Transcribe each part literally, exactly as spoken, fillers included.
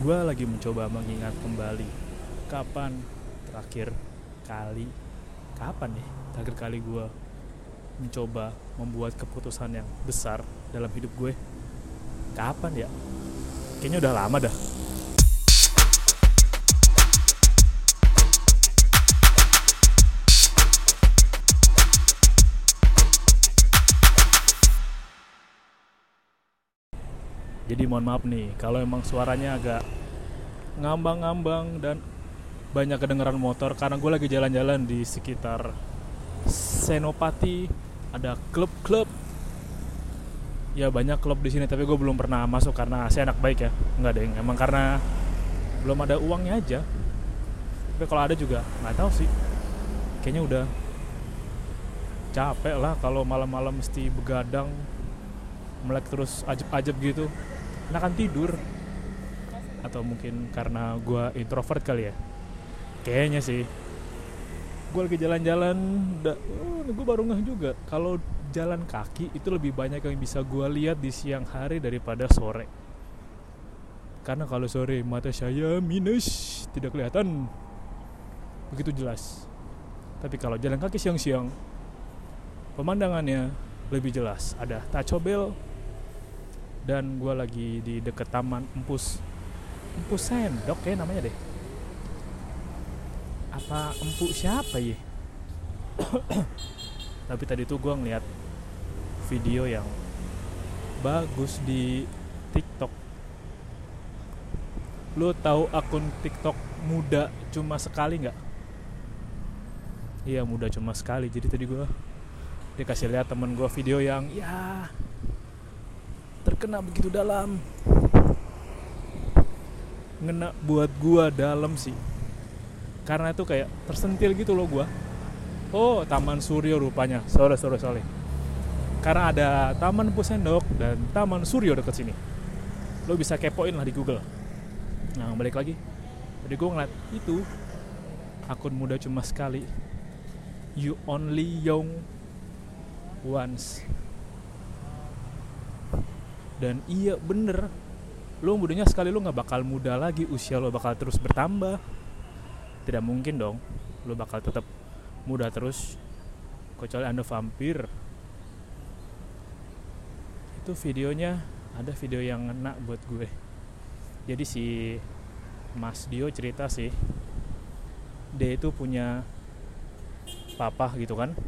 Gue lagi mencoba mengingat kembali kapan terakhir kali kapan ya terakhir kali gue mencoba membuat keputusan yang besar dalam hidup gue. Kapan ya? Kayaknya udah lama dah. Jadi mohon maaf nih kalau emang suaranya agak ngambang-ngambang dan banyak kedengeran motor, karena gue lagi jalan-jalan di sekitar Senopati. Ada klub-klub. Ya banyak klub di sini, tapi gue belum pernah masuk karena saya anak baik ya. Enggak deh, emang karena belum ada uangnya aja. Tapi kalau ada juga nggak tahu sih. Kayaknya udah capek lah kalau malam-malam mesti begadang, melek terus ajeb-ajeb gitu. Enakan tidur. Atau mungkin karena gue introvert kali ya. Kayaknya sih. Gue lagi jalan-jalan, oh, gue baru ngeh juga kalau jalan kaki itu lebih banyak yang bisa gue lihat di siang hari daripada sore. Karena kalau sore mata saya minus, tidak kelihatan begitu jelas. Tapi kalau jalan kaki siang-siang, pemandangannya lebih jelas. Ada Taco Bell, dan gue lagi di dekat Taman Empus Empus Sendok ya namanya deh. Apa Empu siapa ya? Tapi tadi tuh gue ngeliat video yang bagus di TikTok. Lo tahu akun TikTok Muda Cuma Sekali nggak? Iya, Muda Cuma Sekali. Jadi tadi gue dikasih lihat temen gue video yang ya terkena begitu dalam. Ngena buat gue dalam sih. Karena itu kayak tersentil gitu loh gue. Oh, Taman Suryo rupanya. Sorry, sorry, sorry. Karena ada Taman Empus Sendok dan Taman Suryo dekat sini. Lo bisa kepoin lah di Google. Nah, balik lagi. Jadi gue ngeliat itu akun Muda Cuma Sekali. You only young once. Dan iya bener, lo mudanya sekali, lo gak bakal muda lagi. Usia lo bakal terus bertambah. Tidak mungkin dong lo bakal tetap muda terus, kecuali anda vampir. Itu videonya, ada video yang ngena buat gue. Jadi si Mas Dio cerita sih, dia itu punya papa gitu kan.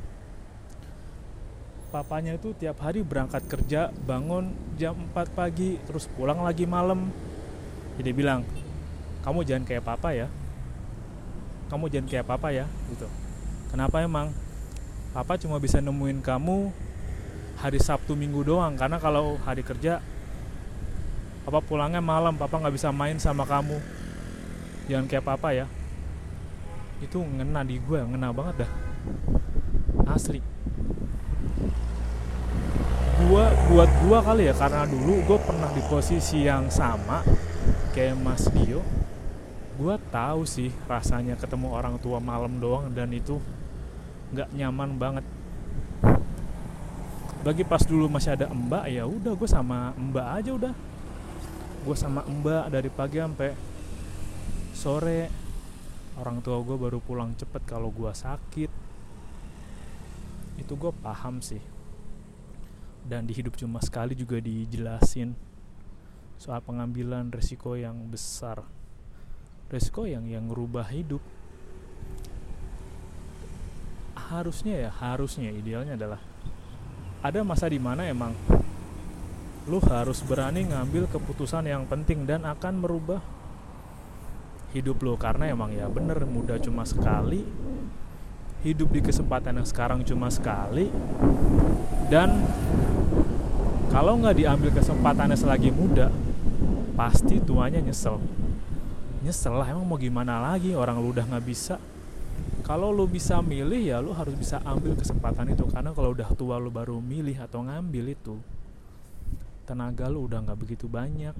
Papanya itu tiap hari berangkat kerja, bangun jam empat pagi, terus pulang lagi malam. Jadi dia bilang, kamu jangan kayak papa ya. Kamu jangan kayak papa ya gitu. Kenapa emang? Papa cuma bisa nemuin kamu hari Sabtu Minggu doang. Karena kalau hari kerja papa pulangnya malam, papa gak bisa main sama kamu. Jangan kayak papa ya. Itu ngena di gue, ngena banget dah. Asli. Gua, buat gua kali ya, karena dulu gue pernah di posisi yang sama kayak Mas Dio. Gue tahu sih rasanya ketemu orang tua malam doang, dan itu nggak nyaman banget. Bagi pas dulu masih ada mbak, ya udah gue sama mbak aja udah. Gue sama mbak dari pagi sampai sore. Orang tua gue baru pulang cepet kalau gue sakit. Itu gue paham sih. Dan di Hidup Cuma Sekali juga dijelasin soal pengambilan resiko yang besar. Resiko yang yang ngerubah hidup. Harusnya ya, harusnya idealnya adalah ada masa di mana emang lu harus berani ngambil keputusan yang penting dan akan merubah hidup lu. Karena emang ya bener, muda cuma sekali. Hidup di kesempatan yang sekarang cuma sekali. Dan kalau gak diambil kesempatannya selagi muda, pasti tuanya nyesel. Nyesel lah, emang mau gimana lagi, orang lu udah gak bisa. Kalau lu bisa milih ya lu harus bisa ambil kesempatan itu. Karena kalau udah tua lu baru milih atau ngambil itu, tenaga lu udah gak begitu banyak,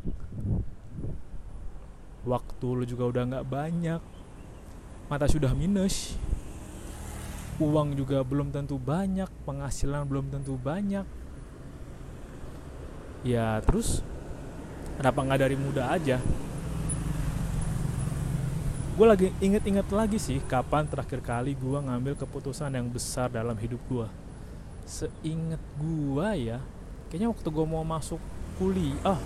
waktu lu juga udah gak banyak, mata sudah minus, uang juga belum tentu banyak, penghasilan belum tentu banyak. Ya terus kenapa gak dari muda aja? gue lagi inget-inget lagi sih kapan terakhir kali gue ngambil keputusan yang besar dalam hidup gue. Seinget gue ya, kayaknya waktu gue mau masuk kuliah,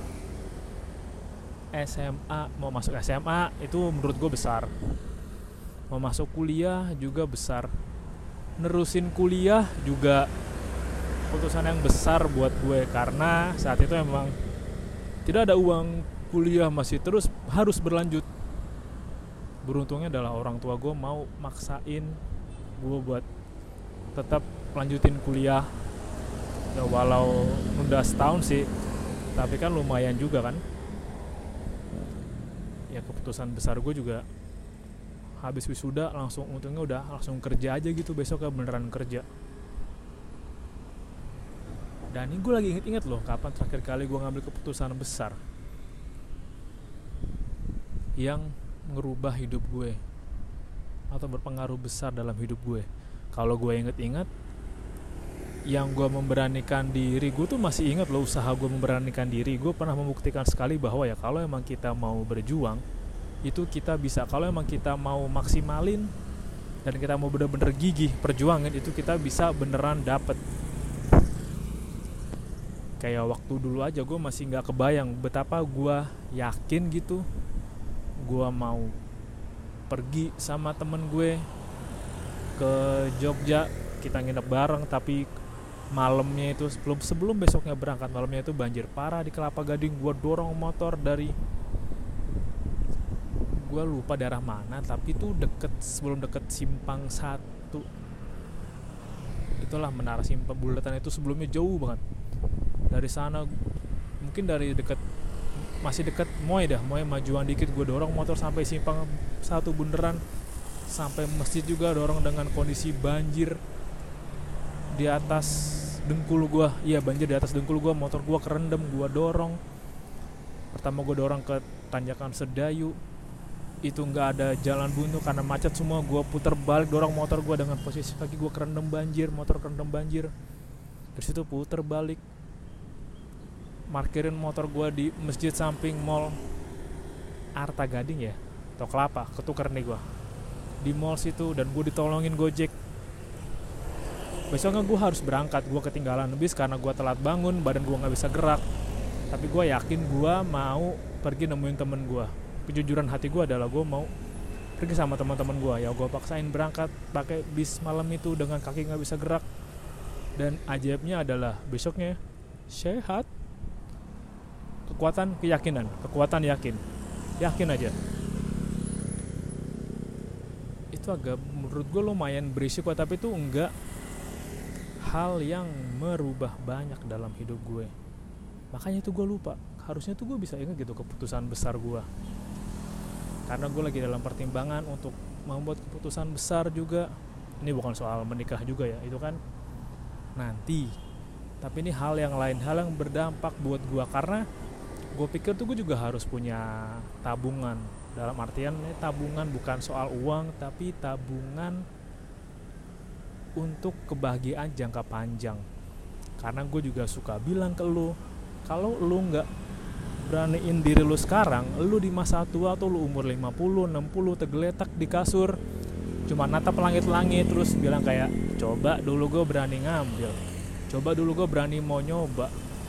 S M A, mau masuk S M A itu menurut gue besar. Mau masuk kuliah juga besar. Nerusin kuliah juga keputusan yang besar buat gue, karena saat itu emang tidak ada uang kuliah, masih terus harus berlanjut. Beruntungnya adalah orang tua gue mau maksain gue buat tetap lanjutin kuliah. Ya walau nunda setahun sih, tapi kan lumayan juga kan. Ya keputusan besar gue juga habis wisuda langsung, untungnya udah langsung kerja aja gitu, besoknya beneran kerja. Dan ini gue lagi inget-inget loh kapan terakhir kali gue ngambil keputusan besar yang ngerubah hidup gue atau berpengaruh besar dalam hidup gue. Kalau gue inget-inget, yang gue memberanikan diri, gue tuh masih inget loh usaha gue memberanikan diri. Gue pernah membuktikan sekali bahwa ya kalau emang kita mau berjuang, itu kita bisa. Kalau emang kita mau maksimalin dan kita mau bener-bener gigih perjuangan, itu kita bisa beneran dapet. Kayak waktu dulu aja gue masih gak kebayang betapa gue yakin gitu gue mau pergi sama temen gue ke Jogja, kita nginep bareng, tapi malamnya itu sebelum sebelum besoknya berangkat, malamnya itu banjir parah di Kelapa Gading. Gue dorong motor dari, gue lupa daerah mana, tapi itu deket, sebelum deket Simpang satu, itulah Menara Simpang Bulatan itu sebelumnya jauh banget. Dari sana mungkin dari deket, masih deket Moy dah, Moy majuan dikit, gue dorong motor sampai Simpang satu bundaran, sampai masjid juga dorong dengan kondisi banjir di atas dengkul gue. Iya banjir di atas dengkul gue, motor gue kerendam, gue dorong. Pertama gue dorong ke tanjakan Sedayu, itu nggak ada jalan buntu karena macet semua. Gue putar balik dorong motor gue dengan posisi kaki gue kerendam banjir, motor kerendam banjir. Dari situ putar balik, parkirin motor gue di masjid samping mall Arta Gading ya, atau Kelapa, ketukar nih gue di mall situ, dan gue ditolongin Gojek. Besoknya gue harus berangkat, gue ketinggalan bis karena gue telat bangun, badan gue nggak bisa gerak. Tapi gue yakin gue mau pergi nemuin temen gue. Kejujuran hati gue adalah gue mau pergi sama teman-teman gue. Ya gue paksain berangkat pakai bis malam itu dengan kaki nggak bisa gerak. Dan ajaibnya adalah besoknya sehat. Kekuatan keyakinan, kekuatan yakin, yakin aja. Itu agak menurut gue lumayan berisiko, tapi itu enggak hal yang merubah banyak dalam hidup gue. Makanya itu gue lupa, harusnya tuh gue bisa ingat gitu keputusan besar gue. Karena gue lagi dalam pertimbangan untuk membuat keputusan besar juga. Ini bukan soal menikah juga ya, itu kan nanti. Tapi ini hal yang lain, hal yang berdampak buat gue. Karena gue pikir tuh gue juga harus punya tabungan. Dalam artian ini tabungan bukan soal uang, tapi tabungan untuk kebahagiaan jangka panjang. Karena gue juga suka bilang ke lu, kalau lu gak beraniin diri lu sekarang, lu di masa tua atau lu umur lima puluh, enam puluh tergeletak di kasur, cuma natap langit-langit terus bilang kayak, coba dulu gue berani ngambil, coba dulu gue berani mau nyoba.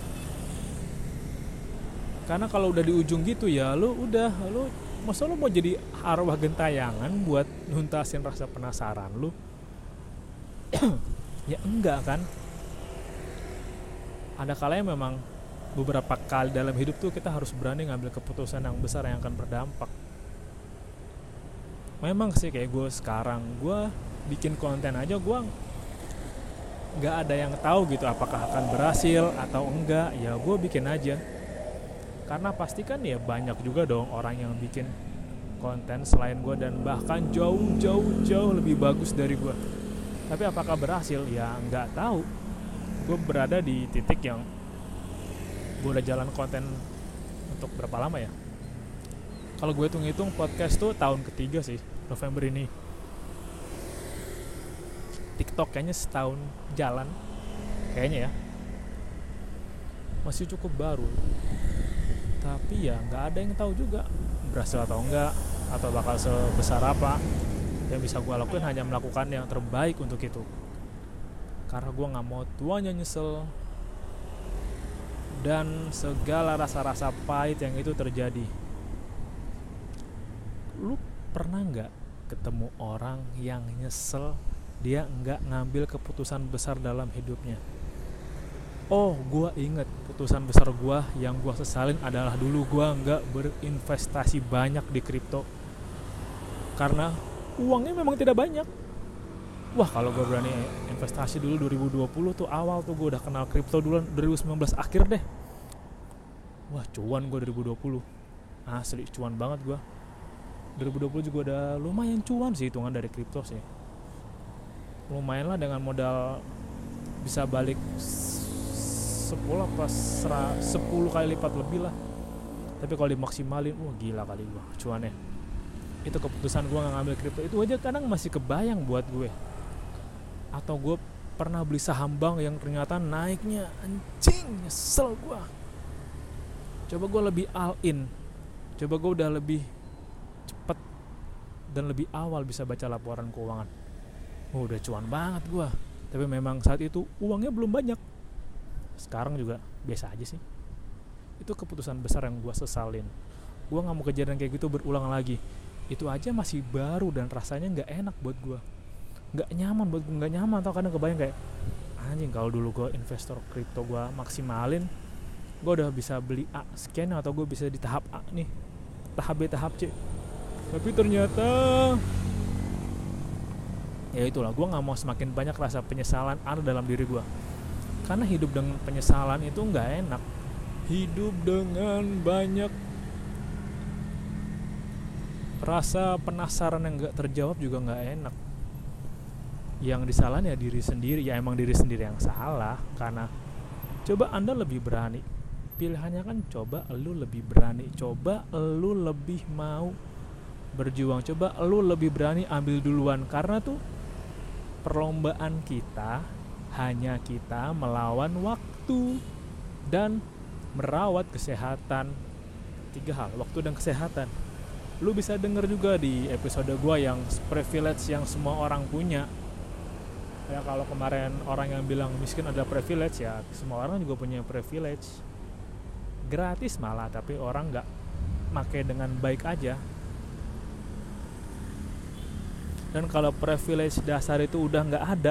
Karena kalau udah di ujung gitu ya, lu udah, lu masa lu mau jadi arwah gentayangan buat nuntasin rasa penasaran lu? Ya enggak kan. Ada kalanya memang beberapa kali dalam hidup tuh kita harus berani ngambil keputusan yang besar yang akan berdampak. Memang sih kayak gue sekarang, gue bikin konten aja gue gak ada yang tahu gitu apakah akan berhasil atau enggak. Ya gue bikin aja, karena pasti kan ya banyak juga dong orang yang bikin konten selain gue, dan bahkan jauh-jauh-jauh lebih bagus dari gue. Tapi apakah berhasil? Ya nggak tahu. Gue berada di titik yang gue udah jalan konten untuk berapa lama ya? Kalau gue hitung-hitung podcast tuh tahun ketiga sih, November ini. TikTok kayaknya setahun jalan, kayaknya ya. Masih cukup baru. Tapi ya nggak ada yang tahu juga berhasil atau enggak, atau bakal sebesar apa. Yang bisa gue lakuin hanya melakukan yang terbaik untuk itu, karena gue gak mau tuanya nyesel dan segala rasa-rasa pahit yang itu terjadi. Lu pernah gak ketemu orang yang nyesel dia gak ngambil keputusan besar dalam hidupnya? Oh, gue inget keputusan besar gue yang gue sesalin adalah dulu gue gak berinvestasi banyak di kripto, karena uangnya memang tidak banyak. Wah, kalau gue berani investasi dulu dua ribu dua puluh tuh awal tuh gue udah kenal kripto duluan, dua ribu sembilan belas akhir deh. Wah, cuan gue dua ribu dua puluh. Asli cuan banget gue. dua ribu dua puluh juga udah lumayan cuan sih hitungan dari kripto sih. Lumayan lah dengan modal bisa balik sepuluh apa sepuluh kali lipat lebih lah. Tapi kalau dimaksimalin, wah gila kali gue cuannya. Itu keputusan gue gak ngambil kripto itu aja kadang masih kebayang buat gue. Atau gue pernah beli saham bank yang ternyata naiknya anjing, nyesel gue. Coba gue lebih all in, coba gue udah lebih cepet dan lebih awal bisa baca laporan keuangan, oh udah cuan banget gue. Tapi memang saat itu uangnya belum banyak. Sekarang juga biasa aja sih. Itu keputusan besar yang gue sesalin. Gue gak mau kejadian kayak gitu berulang lagi. Itu aja masih baru dan rasanya gak enak buat gue, gak nyaman buat gue, gak nyaman. Atau kadang kebayang kayak anjing kalau dulu gue investor kripto gue maksimalin, gue udah bisa beli A sekian, atau gue bisa di tahap A nih, tahap B, tahap C. Tapi ternyata ya itulah, gue gak mau semakin banyak rasa penyesalan ada dalam diri gue. Karena hidup dengan penyesalan itu gak enak. Hidup dengan banyak rasa penasaran yang gak terjawab juga gak enak. Yang disalahin ya diri sendiri. Ya emang diri sendiri yang salah. Karena coba anda lebih berani, pilihannya kan coba lu lebih berani, coba lu lebih mau berjuang, coba lu lebih berani ambil duluan. Karena tuh perlombaan kita hanya kita melawan waktu dan merawat kesehatan. Tiga hal, waktu dan kesehatan. Lu bisa denger juga di episode gua yang privilege yang semua orang punya. Ya kalau kemarin orang yang bilang miskin adalah privilege, ya semua orang juga punya privilege. Gratis malah, tapi orang gak make dengan baik aja. Dan kalau privilege dasar itu udah gak ada,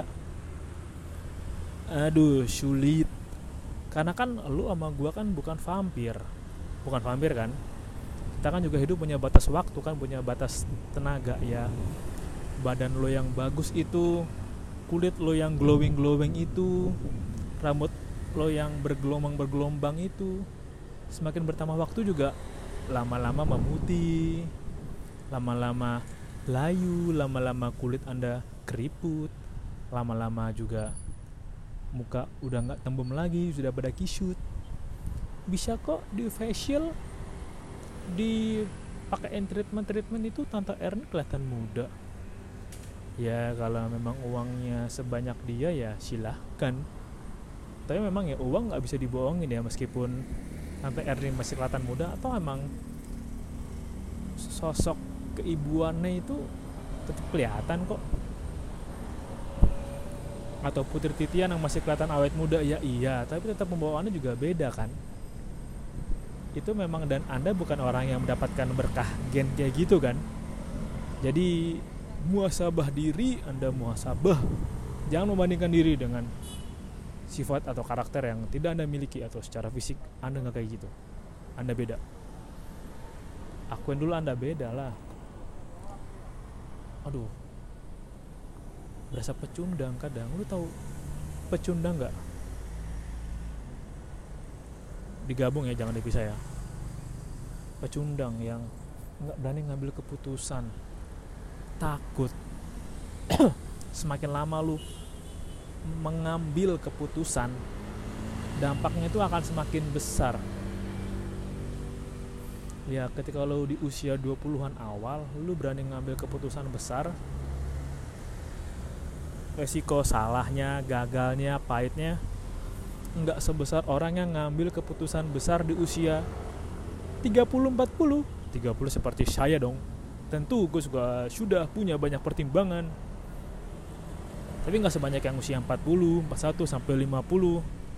aduh sulit. Karena kan lu sama gua kan bukan vampir. Bukan vampir kan. Kita kan juga hidup punya batas waktu kan, punya batas tenaga ya. Badan lo yang bagus itu, kulit lo yang glowing-glowing itu, rambut lo yang bergelombang-bergelombang itu, semakin bertambah waktu juga lama-lama memutih, lama-lama layu, lama-lama kulit anda keriput, lama-lama juga muka udah gak tembem lagi, sudah pada kisut. Bisa kok di facial, dipakein treatment-treatment itu tante Erni kelihatan muda. Ya kalau memang uangnya sebanyak dia ya silahkan. Tapi memang ya uang gak bisa dibohongin ya, meskipun tante Erni masih kelihatan muda. Atau emang sosok keibuannya itu tetap kelihatan kok. Atau Putri Titian yang masih kelihatan awet muda, ya iya, tapi tetap pembawaannya juga beda kan. Itu memang, dan anda bukan orang yang mendapatkan berkah gen kayak gitu kan. Jadi muhasabah diri, anda muhasabah. Jangan membandingkan diri dengan sifat atau karakter yang tidak anda miliki, atau secara fisik anda gak kayak gitu. Anda beda. Akuin dulu anda beda lah. Aduh, berasa pecundang kadang. Lu tahu pecundang gak? Digabung ya, jangan dipisah ya. Pecundang yang gak berani ngambil keputusan, takut. Semakin lama lu mengambil keputusan, dampaknya itu akan semakin besar. Ya ketika lu di usia dua puluhan awal, lu berani ngambil keputusan besar, resiko salahnya, gagalnya, pahitnya nggak sebesar orang yang ngambil keputusan besar di usia tiga puluh empat puluh. tiga puluh seperti saya dong. tentu gue juga sudah punya banyak pertimbangan. Tapi gak sebanyak yang usia empat puluh, empat puluh satu sampai lima puluh.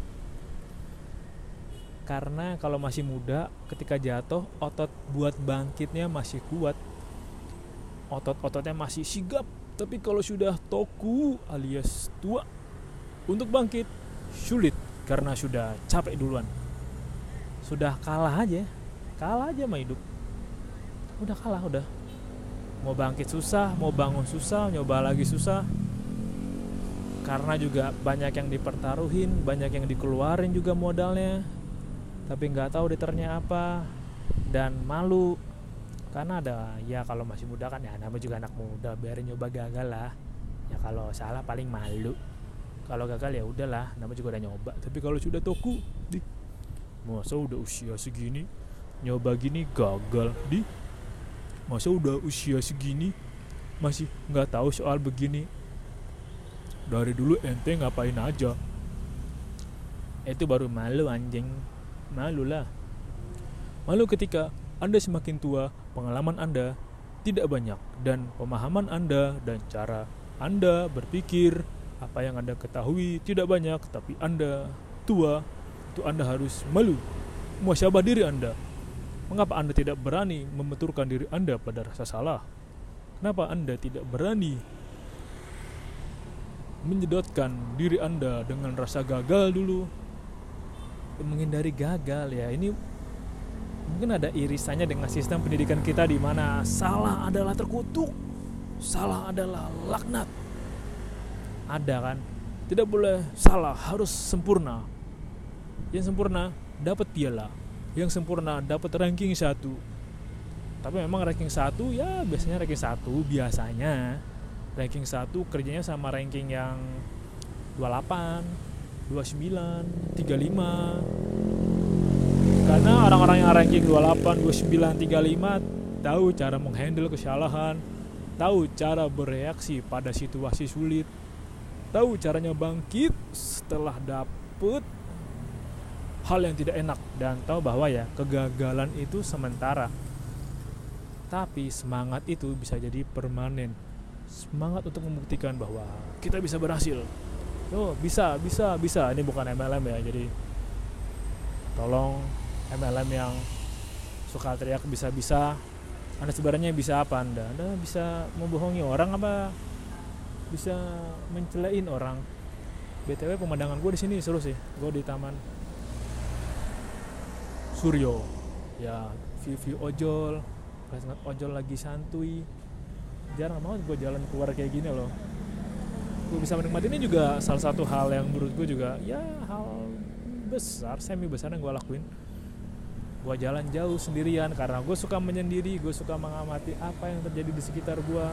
Karena kalau masih muda, ketika jatuh, otot buat bangkitnya masih kuat. Otot-ototnya masih sigap. Tapi kalau sudah toku alias tua, untuk bangkit sulit karena sudah capek duluan. Sudah kalah aja. Kalah aja sama hidup. Udah kalah, udah. Mau bangkit susah, mau bangun susah, nyoba lagi susah. Karena juga banyak yang dipertaruhin, banyak yang dikeluarin juga modalnya, tapi nggak tahu returnnya apa, dan malu. Karena ada, ya kalau masih muda kan ya, namanya juga anak muda, biarin nyoba gagal lah. Ya kalau salah paling malu. Kalau gagal ya udahlah, namanya juga udah nyoba. Tapi kalau sudah toku, di masa udah usia segini nyoba gini gagal, di masa udah usia segini masih nggak tahu soal begini. Dari dulu ente ngapain aja? Itu baru malu anjing. Malu lah. Malu ketika Anda semakin tua, pengalaman Anda tidak banyak, dan pemahaman Anda dan cara Anda berpikir, apa yang Anda ketahui tidak banyak, tapi Anda tua. Itu Anda harus malu, muhasabah diri Anda. Mengapa Anda tidak berani membenturkan diri Anda pada rasa salah? Kenapa Anda tidak berani menyedotkan diri Anda dengan rasa gagal dulu? Menghindari gagal ya. Ini mungkin ada irisannya dengan sistem pendidikan kita, di mana salah adalah terkutuk, salah adalah laknat. Ada kan? Tidak boleh salah, harus sempurna. Yang sempurna dapat piala, yang sempurna dapat ranking satu. Tapi memang ranking satu ya biasanya ranking satu biasanya ranking satu kerjanya sama ranking yang dua puluh delapan, dua puluh sembilan, tiga puluh lima. Karena orang-orang yang ranking dua puluh delapan, dua puluh sembilan, tiga puluh lima tahu cara menghandle kesalahan, tahu cara bereaksi pada situasi sulit, tahu caranya bangkit setelah dapet hal yang tidak enak, dan tahu bahwa ya kegagalan itu sementara, tapi semangat itu bisa jadi permanen. Semangat untuk membuktikan bahwa kita bisa berhasil. Oh bisa, bisa, bisa. Ini bukan M L M ya, jadi tolong M L M yang suka teriak bisa-bisa, Anda sebenarnya bisa apa Anda? Anda bisa membohongi orang apa? Bisa mencelain orang. B T W pemandangan gue di sini seru sih. Gue di Taman Suryo, ya view-view ojol, pas ngeliat ojol lagi santuy. Jarang banget gue jalan keluar kayak gini loh. Gue bisa menikmati ini juga salah satu hal yang menurut gue juga ya hal besar, semi besar yang gue lakuin. Gue jalan jauh sendirian karena gue suka menyendiri, gue suka mengamati apa yang terjadi di sekitar gue.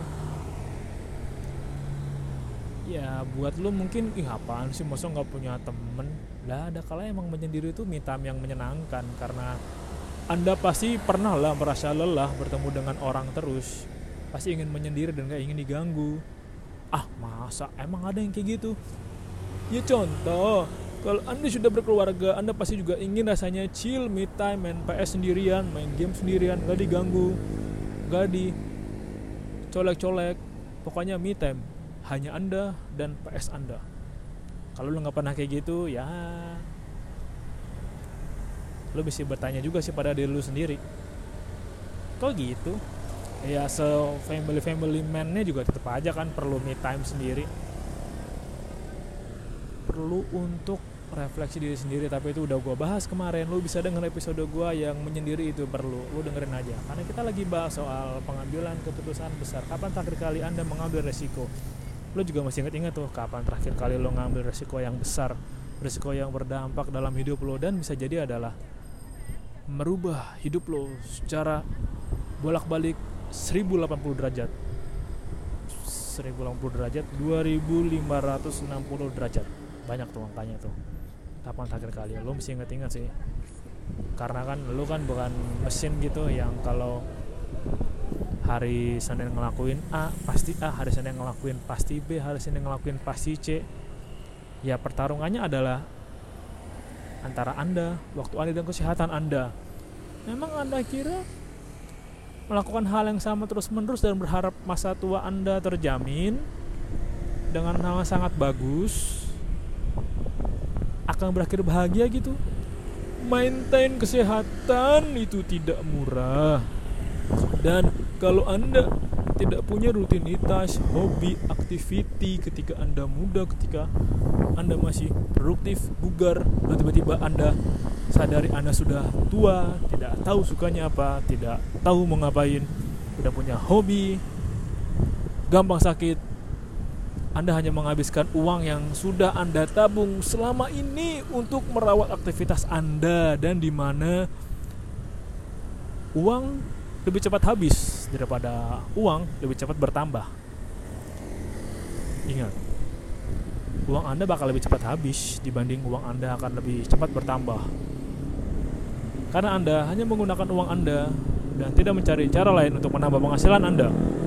Ya buat lo mungkin, ih apaan sih masa gak punya temen? Lah ada kala emang menyendiri itu me time yang menyenangkan, karena Anda pasti pernah lah merasa lelah bertemu dengan orang terus, pasti ingin menyendiri dan gak ingin diganggu. Ah masa emang ada yang kayak gitu? Ya contoh, kalau Anda sudah berkeluarga, Anda pasti juga ingin rasanya chill, me time, main P S sendirian, main game sendirian, gak diganggu, gak dicolek-colek, pokoknya me time, hanya Anda dan P S Anda. Kalau lo gak pernah kayak gitu, ya lo bisa bertanya juga sih pada diri lo sendiri, kok gitu? Ya so family family man-nya juga tetap aja kan perlu me time sendiri, perlu untuk refleksi diri sendiri. Tapi itu udah gue bahas kemarin, lo bisa denger episode gue yang menyendiri itu, perlu lo dengerin aja, karena kita lagi bahas soal pengambilan keputusan besar. Kapan terakhir kali Anda mengambil resiko? Lo juga masih ingat-ingat tuh kapan terakhir kali lo ngambil resiko yang besar, resiko yang berdampak dalam hidup lo, dan bisa jadi adalah merubah hidup lo secara bolak-balik seribu delapan puluh derajat, seribu delapan puluh derajat, dua ribu lima ratus enam puluh derajat, banyak tuh angkanya tuh. Kapan terakhir kali lo mesti ingat-ingat sih, karena kan lo kan bukan mesin gitu yang kalau hari Senin ngelakuin A pasti A, hari Senin ngelakuin pasti B, hari Senin ngelakuin pasti C. Ya pertarungannya adalah antara Anda, waktu Anda, dan kesehatan Anda. Memang Anda kira melakukan hal yang sama terus-menerus dan berharap masa tua Anda terjamin dengan hal yang sangat bagus, akan berakhir bahagia gitu. Maintain kesehatan itu tidak murah. Dan kalau Anda tidak punya rutinitas, hobi, activity ketika Anda muda, ketika Anda masih produktif, bugar, dan tiba-tiba Anda sadari Anda sudah tua, tidak tahu sukanya apa, tidak tahu mau ngapain, tidak punya hobi, gampang sakit, Anda hanya menghabiskan uang yang sudah Anda tabung selama ini untuk merawat aktivitas Anda, dan di mana uang lebih cepat habis daripada uang lebih cepat bertambah. Ingat, uang Anda bakal lebih cepat habis dibanding uang Anda akan lebih cepat bertambah. Karena Anda hanya menggunakan uang Anda dan tidak mencari cara lain untuk menambah penghasilan Anda.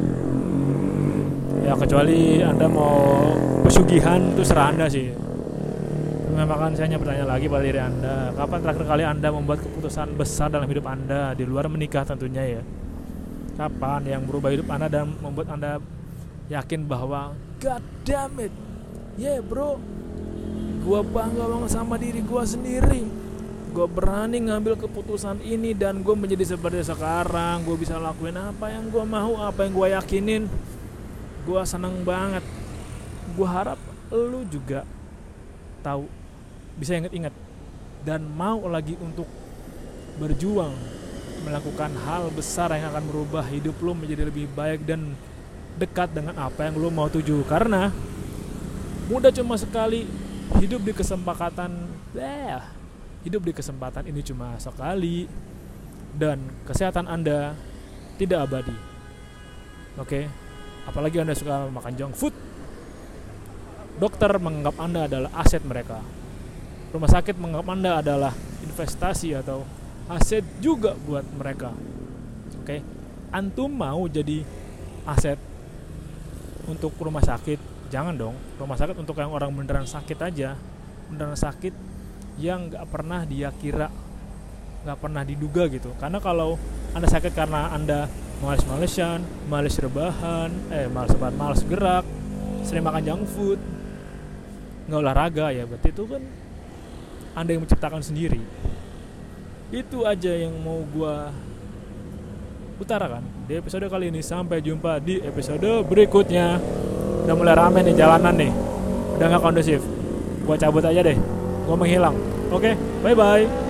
Ya kecuali Anda mau pesugihan, itu serah Anda sih. Memang saya hanya bertanya lagi pada diri Anda, kapan terakhir kali Anda membuat keputusan besar dalam hidup Anda, di luar menikah tentunya ya? Kapan yang berubah hidup Anda dan membuat Anda yakin bahwa God damn it, yeah bro, gua bangga banget sama diri gua sendiri, gua berani ngambil keputusan ini dan gua menjadi seperti sekarang, gua bisa lakuin apa yang gua mau, apa yang gua yakinin. Gua seneng banget. Gua harap lu juga tahu, bisa ingat-ingat dan mau lagi untuk berjuang melakukan hal besar yang akan merubah hidup lu menjadi lebih baik dan dekat dengan apa yang lu mau tuju. Karena muda cuma sekali, hidup di kesempatan eh, hidup di kesempatan ini cuma sekali, dan kesehatan Anda tidak abadi. Oke, apalagi Anda suka makan junk food. Dokter menganggap Anda adalah aset mereka. Rumah sakit menganggap Anda adalah investasi atau aset juga buat mereka. Oke, antum mau jadi aset untuk rumah sakit? Jangan dong. Rumah sakit untuk yang orang beneran sakit aja, beneran sakit yang nggak pernah dia kira, nggak pernah diduga gitu. Karena kalau Anda sakit karena Anda malas-malesan, malas rebahan, eh malas rebahan, malas gerak, sering makan junk food, nggak olahraga, ya berarti itu kan Anda yang menciptakan sendiri. Itu aja yang mau gua utarakan di episode kali ini. Sampai jumpa di episode berikutnya. Udah mulai rame nih jalanan nih, udah nggak kondusif. Gua cabut aja deh, gua menghilang. Oke, bye bye.